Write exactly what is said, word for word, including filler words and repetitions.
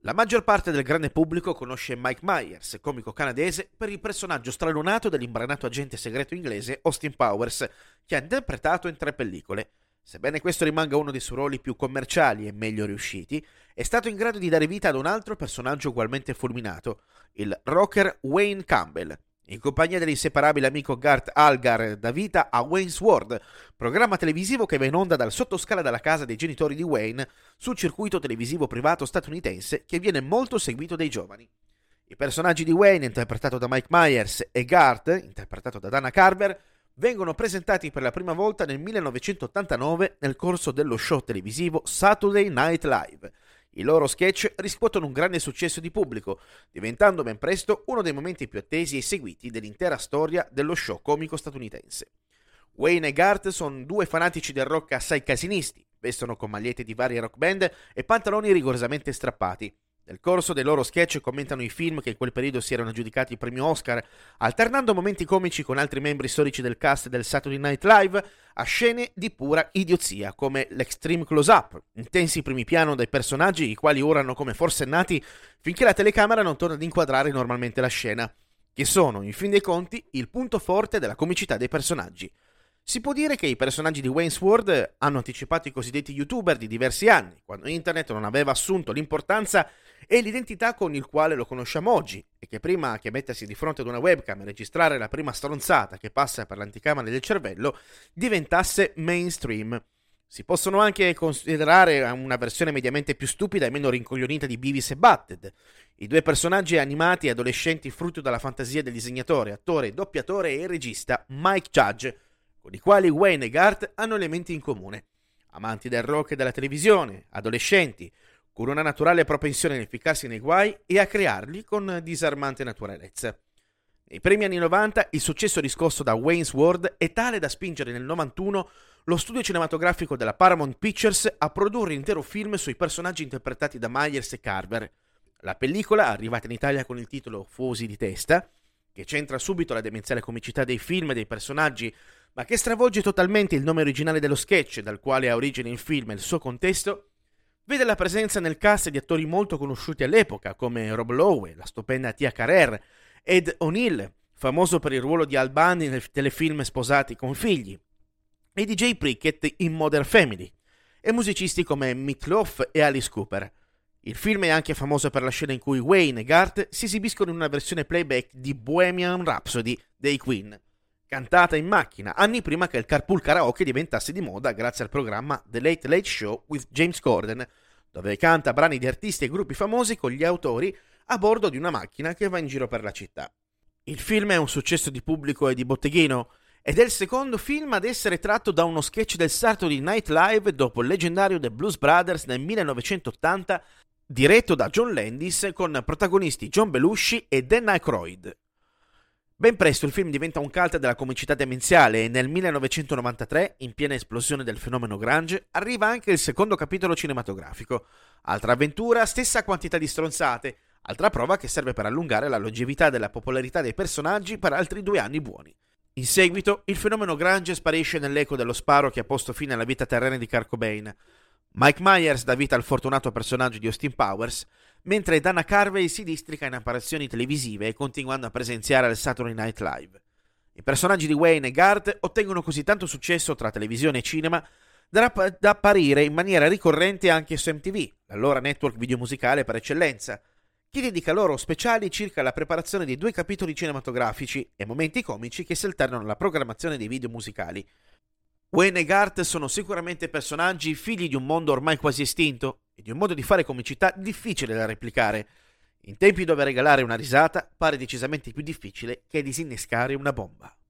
La maggior parte del grande pubblico conosce Mike Myers, comico canadese, per il personaggio stralunato dell'imbranato agente segreto inglese Austin Powers, che ha interpretato in tre pellicole. Sebbene questo rimanga uno dei suoi ruoli più commerciali e meglio riusciti, è stato in grado di dare vita ad un altro personaggio ugualmente fulminato, il rocker Wayne Campbell. In compagnia dell'inseparabile amico Garth Algar dà vita a Wayne's World, programma televisivo che va in onda dal sottoscala della casa dei genitori di Wayne sul circuito televisivo privato statunitense che viene molto seguito dai giovani. I personaggi di Wayne, interpretato da Mike Myers, e Garth, interpretato da Dana Carver, vengono presentati per la prima volta nel millenovecentottantanove nel corso dello show televisivo Saturday Night Live. I loro sketch riscuotono un grande successo di pubblico, diventando ben presto uno dei momenti più attesi e seguiti dell'intera storia dello show comico statunitense. Wayne e Garth sono due fanatici del rock assai casinisti, vestono con magliette di varie rock band e pantaloni rigorosamente strappati. Nel corso dei loro sketch commentano i film che in quel periodo si erano aggiudicati il premio Oscar, alternando momenti comici con altri membri storici del cast del Saturday Night Live a scene di pura idiozia, come l'Extreme Close-Up, intensi primi piano dai personaggi i quali urlano come forsennati finché la telecamera non torna ad inquadrare normalmente la scena, che sono, in fin dei conti, il punto forte della comicità dei personaggi. Si può dire che i personaggi di Wayne's World hanno anticipato i cosiddetti YouTuber di diversi anni, quando internet non aveva assunto l'importanza e l'identità con il quale lo conosciamo oggi, e che prima che mettersi di fronte ad una webcam e registrare la prima stronzata che passa per l'anticamera del cervello diventasse mainstream. Si possono anche considerare una versione mediamente più stupida e meno rincoglionita di Beavis e Butthead, i due personaggi animati e adolescenti frutto della fantasia del disegnatore, attore, doppiatore e regista Mike Judge, con i quali Wayne e Garth hanno elementi in comune. Amanti del rock e della televisione, adolescenti, con una naturale propensione a ficcarsi nei guai e a crearli con disarmante naturalezza. Nei primi anni novanta il successo riscosso da Wayne's World è tale da spingere nel novantuno lo studio cinematografico della Paramount Pictures a produrre un intero film sui personaggi interpretati da Myers e Carver. La pellicola, arrivata in Italia con il titolo Fuosi di testa, che centra subito la demenziale comicità dei film e dei personaggi, ma che stravolge totalmente il nome originale dello sketch, dal quale ha origine il film e il suo contesto, vede la presenza nel cast di attori molto conosciuti all'epoca, come Rob Lowe, la stupenda Tia Carrere, Ed O'Neill, famoso per il ruolo di Al Bundy nel telefilm Sposati con figli, e D J Prickett in Modern Family, e musicisti come Meat Loaf e Alice Cooper. Il film è anche famoso per la scena in cui Wayne e Garth si esibiscono in una versione playback di Bohemian Rhapsody dei Queen, cantata in macchina, anni prima che il carpool karaoke diventasse di moda grazie al programma The Late Late Show with James Corden, dove canta brani di artisti e gruppi famosi con gli autori a bordo di una macchina che va in giro per la città. Il film è un successo di pubblico e di botteghino, ed è il secondo film ad essere tratto da uno sketch del Saturday Night Live dopo il leggendario The Blues Brothers nel millenovecentottanta, diretto da John Landis con protagonisti John Belushi e Dan Aykroyd. Ben presto il film diventa un cult della comicità demenziale e nel millenovecentonovantatré, in piena esplosione del fenomeno grunge, arriva anche il secondo capitolo cinematografico. Altra avventura, stessa quantità di stronzate, altra prova che serve per allungare la longevità della popolarità dei personaggi per altri due anni buoni. In seguito, il fenomeno grunge sparisce nell'eco dello sparo che ha posto fine alla vita terrena di Kurt Cobain. Mike Myers dà vita al fortunato personaggio di Austin Powers, mentre Dana Carvey si districa in apparizioni televisive e continuando a presenziare al Saturday Night Live. I personaggi di Wayne e Garth ottengono così tanto successo tra televisione e cinema da, da apparire in maniera ricorrente anche su M T V, l'allora network videomusicale per eccellenza, che dedica loro speciali circa la preparazione di due capitoli cinematografici e momenti comici che si alternano alla programmazione dei video musicali. Wayne e Garth sono sicuramente personaggi figli di un mondo ormai quasi estinto e di un modo di fare comicità difficile da replicare. In tempi dove regalare una risata pare decisamente più difficile che disinnescare una bomba.